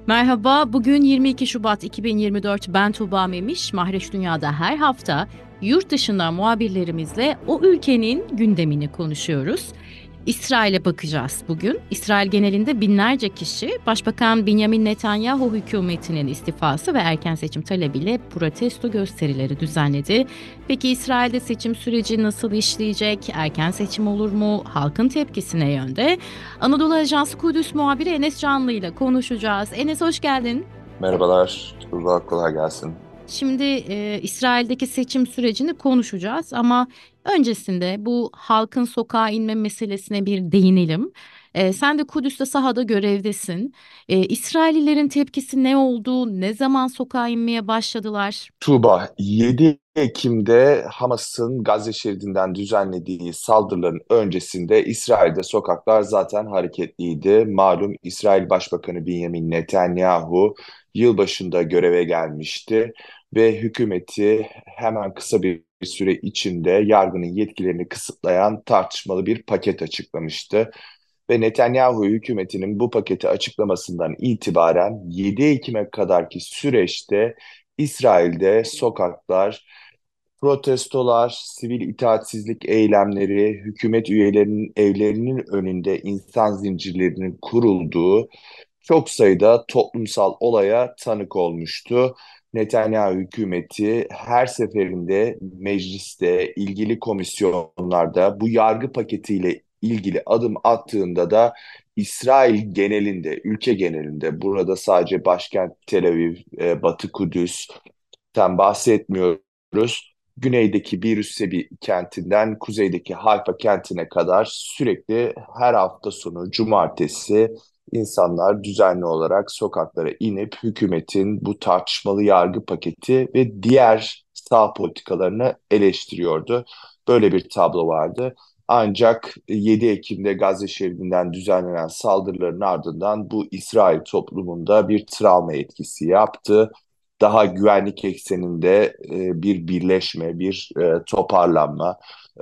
Merhaba, bugün 22 Şubat 2024. Ben Tuğba Memiş. Mahreç Dünya'da her hafta yurt dışından muhabirlerimizle o ülkenin gündemini konuşuyoruz. İsrail'e bakacağız bugün. İsrail genelinde binlerce kişi Başbakan Benjamin Netanyahu hükümetinin istifası ve erken seçim talebiyle protesto gösterileri düzenledi. Peki İsrail'de seçim süreci nasıl işleyecek? Erken seçim olur mu? Halkın tepkisi ne yönde? Anadolu Ajansı Kudüs muhabiri Enes Canlı ile konuşacağız. Enes, hoş geldin. Merhabalar, Tuğba, kolay gelsin. Şimdi İsrail'deki seçim sürecini konuşacağız ama öncesinde bu halkın sokağa inme meselesine bir değinelim. Sen de Kudüs'te sahada görevdesin. İsraillilerin tepkisi ne oldu? Ne zaman sokağa inmeye başladılar? Tuğba, 7 Ekim'de Hamas'ın Gazze şeridinden düzenlediği saldırıların öncesinde İsrail'de sokaklar zaten hareketliydi. Malum İsrail Başbakanı Benjamin Netanyahu yılbaşında göreve gelmişti ve hükümeti hemen kısa bir süre içinde yargının yetkilerini kısıtlayan tartışmalı bir paket açıklamıştı. Ve Netanyahu hükümetinin bu paketi açıklamasından itibaren 7 Ekim'e kadarki süreçte İsrail'de sokaklar, protestolar, sivil itaatsizlik eylemleri, hükümet üyelerinin evlerinin önünde insan zincirlerinin kurulduğu çok sayıda toplumsal olaya tanık olmuştu. Netanyahu hükümeti her seferinde mecliste, ilgili komisyonlarda bu yargı paketiyle ilgili adım attığında da İsrail genelinde, ülke genelinde, burada sadece başkent Tel Aviv, Batı Kudüs'ten bahsetmiyoruz. Güneydeki Bir Sebi kentinden kuzeydeki Hayfa kentine kadar sürekli her hafta sonu cumartesi insanlar düzenli olarak sokaklara inip hükümetin bu tartışmalı yargı paketi ve diğer sağ politikalarını eleştiriyordu. Böyle bir tablo vardı. Ancak 7 Ekim'de Gazze şeridinden düzenlenen saldırıların ardından bu İsrail toplumunda bir travma etkisi yaptı. Daha güvenlik ekseninde bir birleşme, bir toparlanma, e,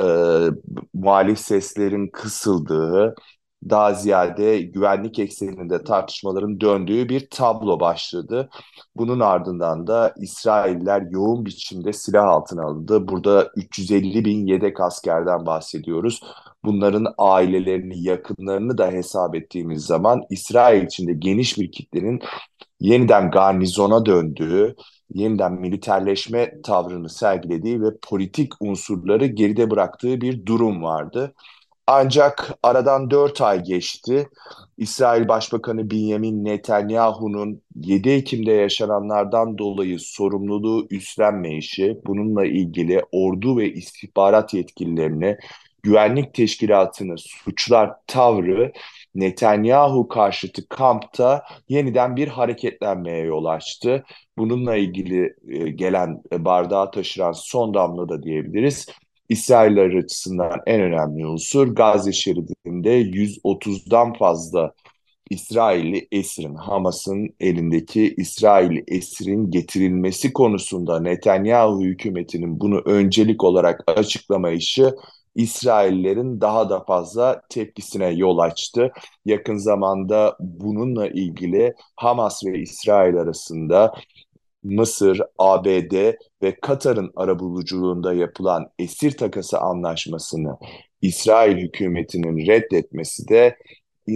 muhalif seslerin kısıldığı, daha ziyade güvenlik ekseninde tartışmaların döndüğü bir tablo başladı. Bunun ardından da İsrailler yoğun biçimde silah altına alındı. Burada 350 bin yedek askerden bahsediyoruz. Bunların ailelerini, yakınlarını da hesap ettiğimiz zaman İsrail içinde geniş bir kitlenin yeniden garnizona döndüğü, yeniden militerleşme tavrını sergilediği ve politik unsurları geride bıraktığı bir durum vardı. Ancak aradan 4 ay geçti. İsrail Başbakanı Benjamin Netanyahu'nun 7 Ekim'de yaşananlardan dolayı sorumluluğu üstlenmeyişi, bununla ilgili ordu ve istihbarat yetkililerini, güvenlik teşkilatını suçlar tavrı Netanyahu karşıtı kampta yeniden bir hareketlenmeye yol açtı. Bununla ilgili gelen bardağı taşıran son damla da diyebiliriz. İsrailler açısından en önemli unsur Gazze şeridinde 130'dan fazla İsrailli esirin, Hamas'ın elindeki İsrailli esirin getirilmesi konusunda Netanyahu hükümetinin bunu öncelik olarak açıklama işi İsraillerin daha da fazla tepkisine yol açtı. Yakın zamanda bununla ilgili Hamas ve İsrail arasında Mısır, ABD ve Katar'ın arabuluculuğunda yapılan esir takası anlaşmasını İsrail hükümetinin reddetmesi de e,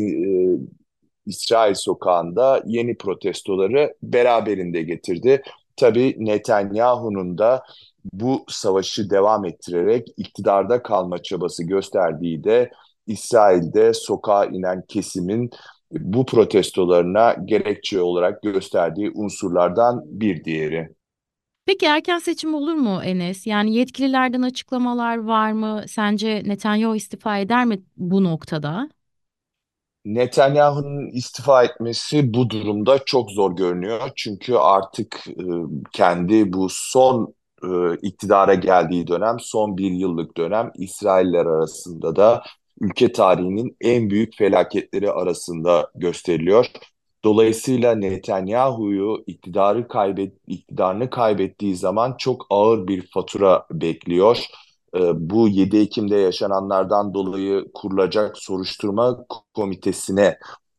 İsrail sokağında yeni protestoları beraberinde getirdi. Tabii Netanyahu'nun da bu savaşı devam ettirerek iktidarda kalma çabası gösterdiği de İsrail'de sokağa inen kesimin bu protestolarına gerekçe olarak gösterdiği unsurlardan bir diğeri. Peki erken seçim olur mu Enes? Yani yetkililerden açıklamalar var mı? Sence Netanyahu istifa eder mi bu noktada? Netanyahu'nun istifa etmesi bu durumda çok zor görünüyor. Çünkü artık kendi bu son iktidara geldiği dönem, son bir yıllık dönem İsrailler arasında da ülke tarihinin en büyük felaketleri arasında gösteriliyor. Dolayısıyla Netanyahu'yu iktidarını kaybettiği zaman çok ağır bir fatura bekliyor. Bu 7 Ekim'de yaşananlardan dolayı kurulacak soruşturma komitesine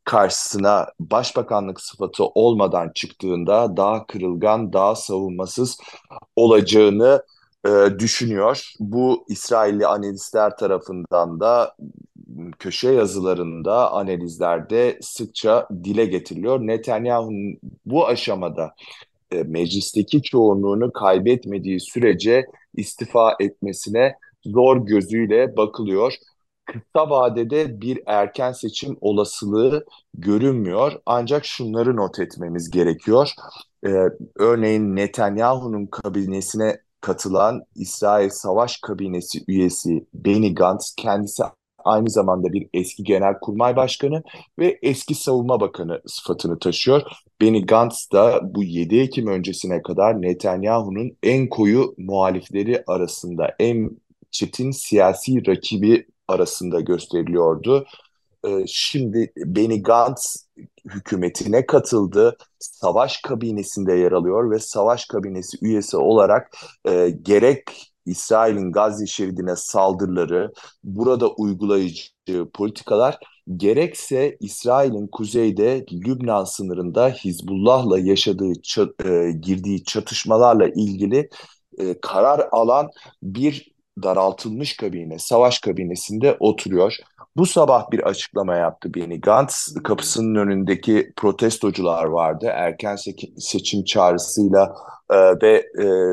karşısına başbakanlık sıfatı olmadan çıktığında daha kırılgan, daha savunmasız olacağını düşünüyor. Bu İsrailli analistler tarafından da köşe yazılarında, analizlerde sıkça dile getiriliyor. Netanyahu'nun bu aşamada meclisteki çoğunluğunu kaybetmediği sürece istifa etmesine zor gözüyle bakılıyor. Kısa vadede bir erken seçim olasılığı görünmüyor. Ancak şunları not etmemiz gerekiyor. E, Örneğin Netanyahu'nun kabinesine katılan İsrail Savaş Kabinesi üyesi Benny Gantz, kendisi aynı zamanda bir eski Genelkurmay Başkanı ve eski Savunma Bakanı sıfatını taşıyor. Benny Gantz da bu 7 Ekim öncesine kadar Netanyahu'nun en koyu muhalifleri arasında, en çetin siyasi rakibi arasında gösteriliyordu. Şimdi Benny Gantz hükümetine katıldı. Savaş kabinesinde yer alıyor ve savaş kabinesi üyesi olarak gerek İsrail'in Gazze şeridine saldırıları, burada uygulayacağı politikalar, gerekse İsrail'in kuzeyde Lübnan sınırında Hizbullah'la girdiği çatışmalarla ilgili karar alan bir daraltılmış kabine, savaş kabinesinde oturuyor. Bu sabah bir açıklama yaptı Benny Gantz. Kapısının önündeki protestocular vardı. Seçim çağrısıyla ve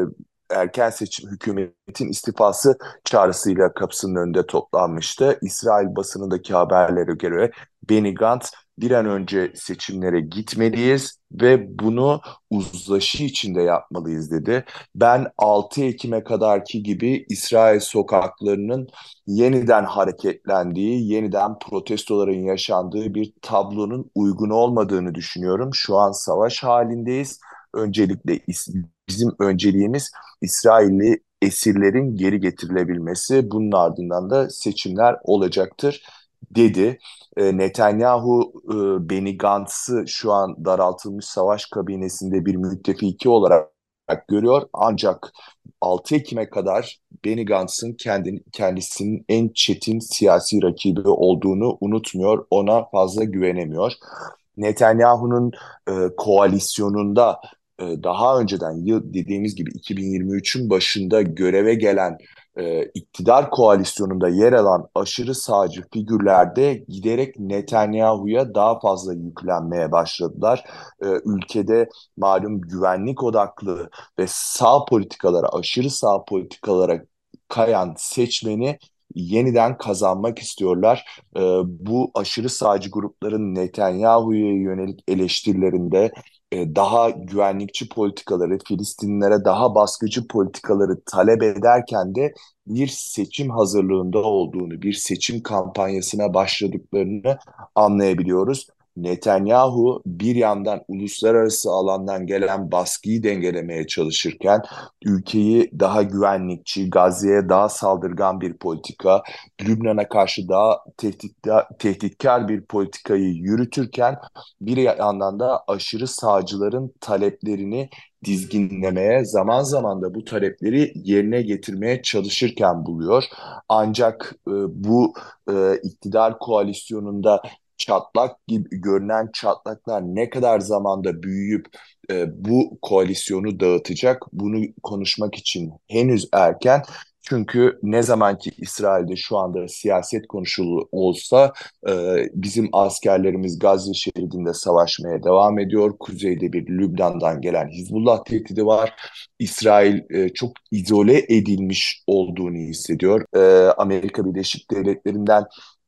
erken seçim hükümetin istifası çağrısıyla kapısının önünde toplanmıştı. İsrail basınındaki haberlere göre Benny Gantz bir an önce seçimlere gitmeliyiz ve bunu uzlaşı içinde yapmalıyız dedi. Ben 6 Ekim'e kadarki gibi İsrail sokaklarının yeniden hareketlendiği, yeniden protestoların yaşandığı bir tablonun uygun olmadığını düşünüyorum. Şu an savaş halindeyiz. Öncelikle bizim önceliğimiz İsrailli esirlerin geri getirilebilmesi. Bunun ardından da seçimler olacaktır dedi. Netanyahu Benny Gantz'ı şu an daraltılmış savaş kabinesinde bir müttefiki olarak görüyor. Ancak 6 Ekim'e kadar Benny Gantz'ın kendisinin en çetin siyasi rakibi olduğunu unutmuyor, ona fazla güvenemiyor. Netanyahu'nun koalisyonunda daha önceden dediğimiz gibi 2023'ün başında göreve gelen iktidar koalisyonunda yer alan aşırı sağcı figürlerde giderek Netanyahu'ya daha fazla yüklenmeye başladılar. Ülkede malum güvenlik odaklı ve sağ politikalara, aşırı sağ politikalara kayan seçmeni yeniden kazanmak istiyorlar. Bu aşırı sağcı grupların Netanyahu'ya yönelik eleştirilerinde daha güvenlikçi politikaları, Filistinlilere daha baskıcı politikaları talep ederken de bir seçim hazırlığında olduğunu, bir seçim kampanyasına başladıklarını anlayabiliyoruz. Netanyahu bir yandan uluslararası alandan gelen baskıyı dengelemeye çalışırken ülkeyi daha güvenlikçi, Gazze'ye daha saldırgan bir politika, Lübnan'a karşı daha tehditkar bir politikayı yürütürken bir yandan da aşırı sağcıların taleplerini dizginlemeye, zaman zaman da bu talepleri yerine getirmeye çalışırken buluyor. Ancak bu iktidar koalisyonunda çatlak gibi görünen çatlaklar ne kadar zamanda büyüyüp bu koalisyonu dağıtacak, bunu konuşmak için henüz erken. Çünkü ne zaman ki İsrail'de şu anda siyaset konuşulu olsa bizim askerlerimiz Gazze şeridinde savaşmaya devam ediyor. Kuzeyde bir Lübnan'dan gelen Hizbullah tehdidi var. İsrail çok izole edilmiş olduğunu hissediyor. Amerika Birleşik Devletleri'nden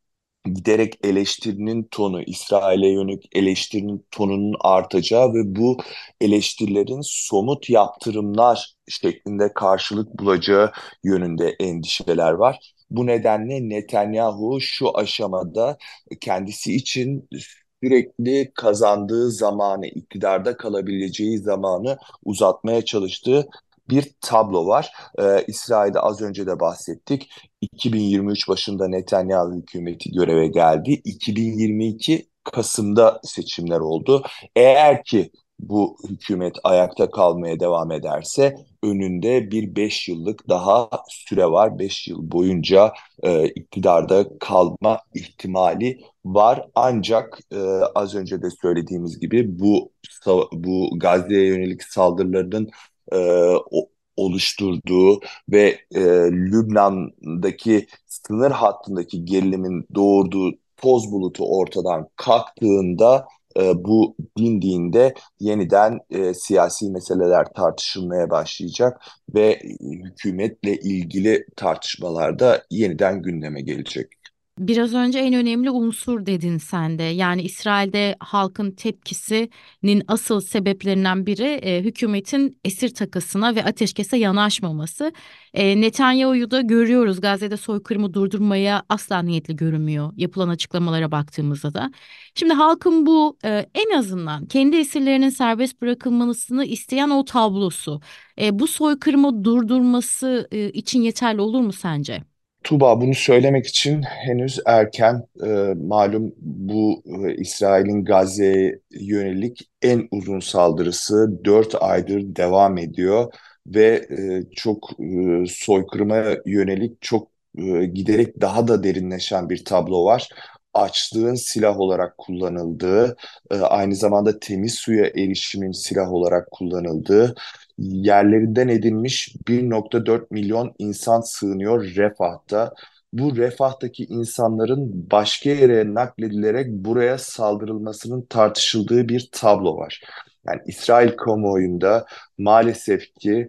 giderek eleştirinin tonu, İsrail'e yönelik eleştirinin tonunun artacağı ve bu eleştirilerin somut yaptırımlar şeklinde karşılık bulacağı yönünde endişeler var. Bu nedenle Netanyahu şu aşamada kendisi için sürekli kazandığı zamanı, iktidarda kalabileceği zamanı uzatmaya çalıştığı bir tablo var. İsrail'de az önce de bahsettik. 2023 başında Netanyahu hükümeti göreve geldi. 2022 Kasım'da seçimler oldu. Eğer ki bu hükümet ayakta kalmaya devam ederse önünde bir 5 yıllık daha süre var. 5 yıl boyunca iktidarda kalma ihtimali var. Ancak az önce de söylediğimiz gibi bu Gazze'ye yönelik saldırıların e, oluşturduğu ve Lübnan'daki sınır hattındaki gerilimin doğurduğu toz bulutu ortadan kalktığında, bu dindiğinde yeniden siyasi meseleler tartışılmaya başlayacak ve hükümetle ilgili tartışmalar da yeniden gündeme gelecek. Biraz önce en önemli unsur dedin sen de. Yani İsrail'de halkın tepkisinin asıl sebeplerinden biri hükümetin esir takısına ve ateşkese yanaşmaması. Netanyahu'yu da görüyoruz. Gazze'de soykırımı durdurmaya asla niyetli görünmüyor. Yapılan açıklamalara baktığımızda da. Şimdi halkın bu en azından kendi esirlerinin serbest bırakılmasını isteyen o tablosu. Bu soykırımı durdurması için yeterli olur mu sence? Tuğba, bunu söylemek için henüz erken. Malum bu İsrail'in Gazze'ye yönelik en uzun saldırısı 4 aydır devam ediyor ve çok soykırıma yönelik çok giderek daha da derinleşen bir tablo var. Açlığın silah olarak kullanıldığı, aynı zamanda temiz suya erişimin silah olarak kullanıldığı, yerlerinden edilmiş 1,4 milyon insan sığınıyor Refah'ta. Bu Refah'taki insanların başka yere nakledilerek buraya saldırılmasının tartışıldığı bir tablo var. Yani İsrail kamuoyunda maalesef ki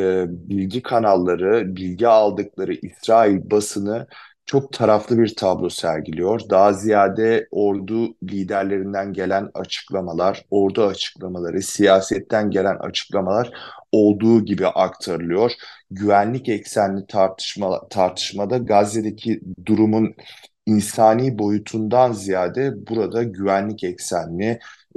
bilgi kanalları, bilgi aldıkları İsrail basını çok taraflı bir tablo sergiliyor. Daha ziyade ordu liderlerinden gelen açıklamalar, ordu açıklamaları, siyasetten gelen açıklamalar olduğu gibi aktarılıyor. Güvenlik eksenli tartışmada Gazze'deki durumun insani boyutundan ziyade burada güvenlik eksenli,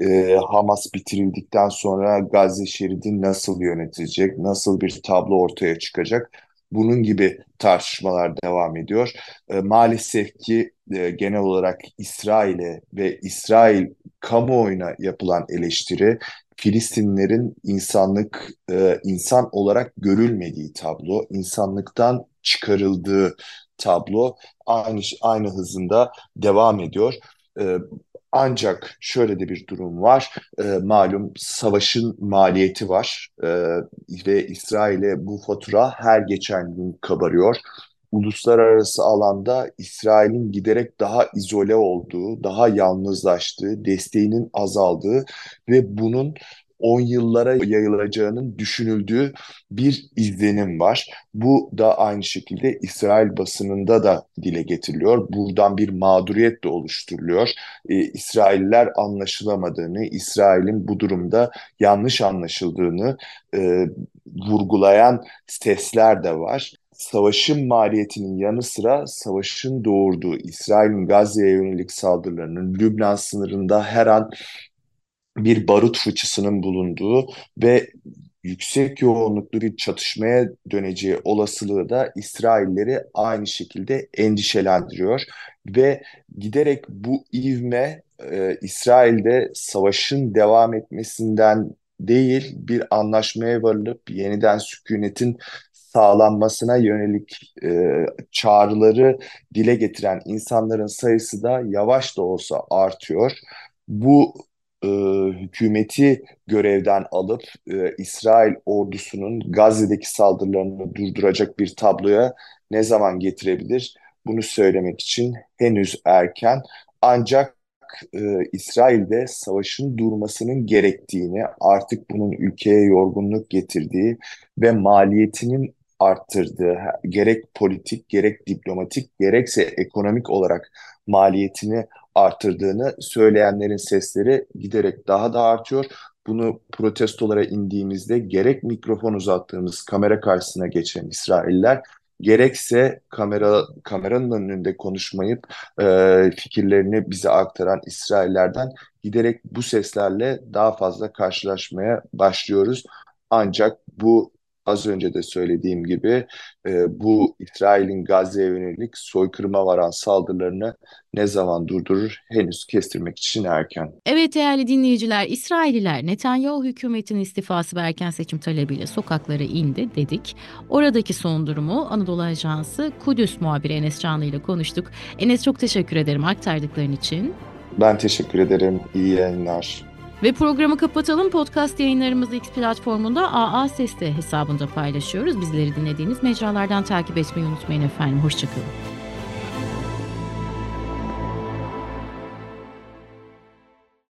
Hamas bitirildikten sonra Gazze şeridi nasıl yönetilecek, nasıl bir tablo ortaya çıkacak? Bunun gibi tartışmalar devam ediyor. Maalesef ki genel olarak İsrail'e ve İsrail kamuoyuna yapılan eleştiri Filistinlerin insan olarak görülmediği tablo, insanlıktan çıkarıldığı tablo aynı hızında devam ediyor. E, Ancak şöyle de bir durum var. Malum savaşın maliyeti var ve İsrail'e bu fatura her geçen gün kabarıyor. Uluslararası alanda İsrail'in giderek daha izole olduğu, daha yalnızlaştığı, desteğinin azaldığı ve bunun 10 yıllara yayılacağının düşünüldüğü bir izlenim var. Bu da aynı şekilde İsrail basınında da dile getiriliyor. Buradan bir mağduriyet de oluşturuluyor. İsrailler anlaşılamadığını, İsrail'in bu durumda yanlış anlaşıldığını vurgulayan sesler de var. Savaşın maliyetinin yanı sıra savaşın doğurduğu İsrail'in Gazze'ye yönelik saldırılarının Lübnan sınırında her an bir barut fıçısının bulunduğu ve yüksek yoğunluklu bir çatışmaya döneceği olasılığı da İsrailleri aynı şekilde endişelendiriyor ve giderek bu ivme İsrail'de savaşın devam etmesinden değil bir anlaşmaya varılıp yeniden sükunetin sağlanmasına yönelik çağrıları dile getiren insanların sayısı da yavaş da olsa artıyor. Bu e, hükümeti görevden alıp İsrail ordusunun Gazze'deki saldırılarını durduracak bir tabloya ne zaman getirebilir? Bunu söylemek için henüz erken. Ancak İsrail'de savaşın durmasının gerektiğini, artık bunun ülkeye yorgunluk getirdiği ve maliyetinin arttırdığı, gerek politik, gerek diplomatik, gerekse ekonomik olarak maliyetini artırdığını söyleyenlerin sesleri giderek daha da artıyor. Bunu protestolara indiğimizde gerek mikrofon uzattığımız kamera karşısına geçen İsrailler, gerekse kameranın önünde konuşmayıp fikirlerini bize aktaran İsraillerden giderek bu seslerle daha fazla karşılaşmaya başlıyoruz. Ancak bu az önce de söylediğim gibi bu İsrail'in Gazze'ye yönelik soykırıma varan saldırılarını ne zaman durdurur henüz kestirmek için erken. Evet değerli dinleyiciler, İsrailliler Netanyahu hükümetinin istifası ve erken seçim talebiyle sokaklara indi dedik. Oradaki son durumu Anadolu Ajansı Kudüs muhabiri Enes Canlı ile konuştuk. Enes, çok teşekkür ederim aktardıkların için. Ben teşekkür ederim. İyi yayınlar. Ve programı kapatalım. Podcast yayınlarımızı X platformunda AA Ses'te hesabında paylaşıyoruz. Bizleri dinlediğiniz mecralardan takip etmeyi unutmayın efendim. Hoşçakalın.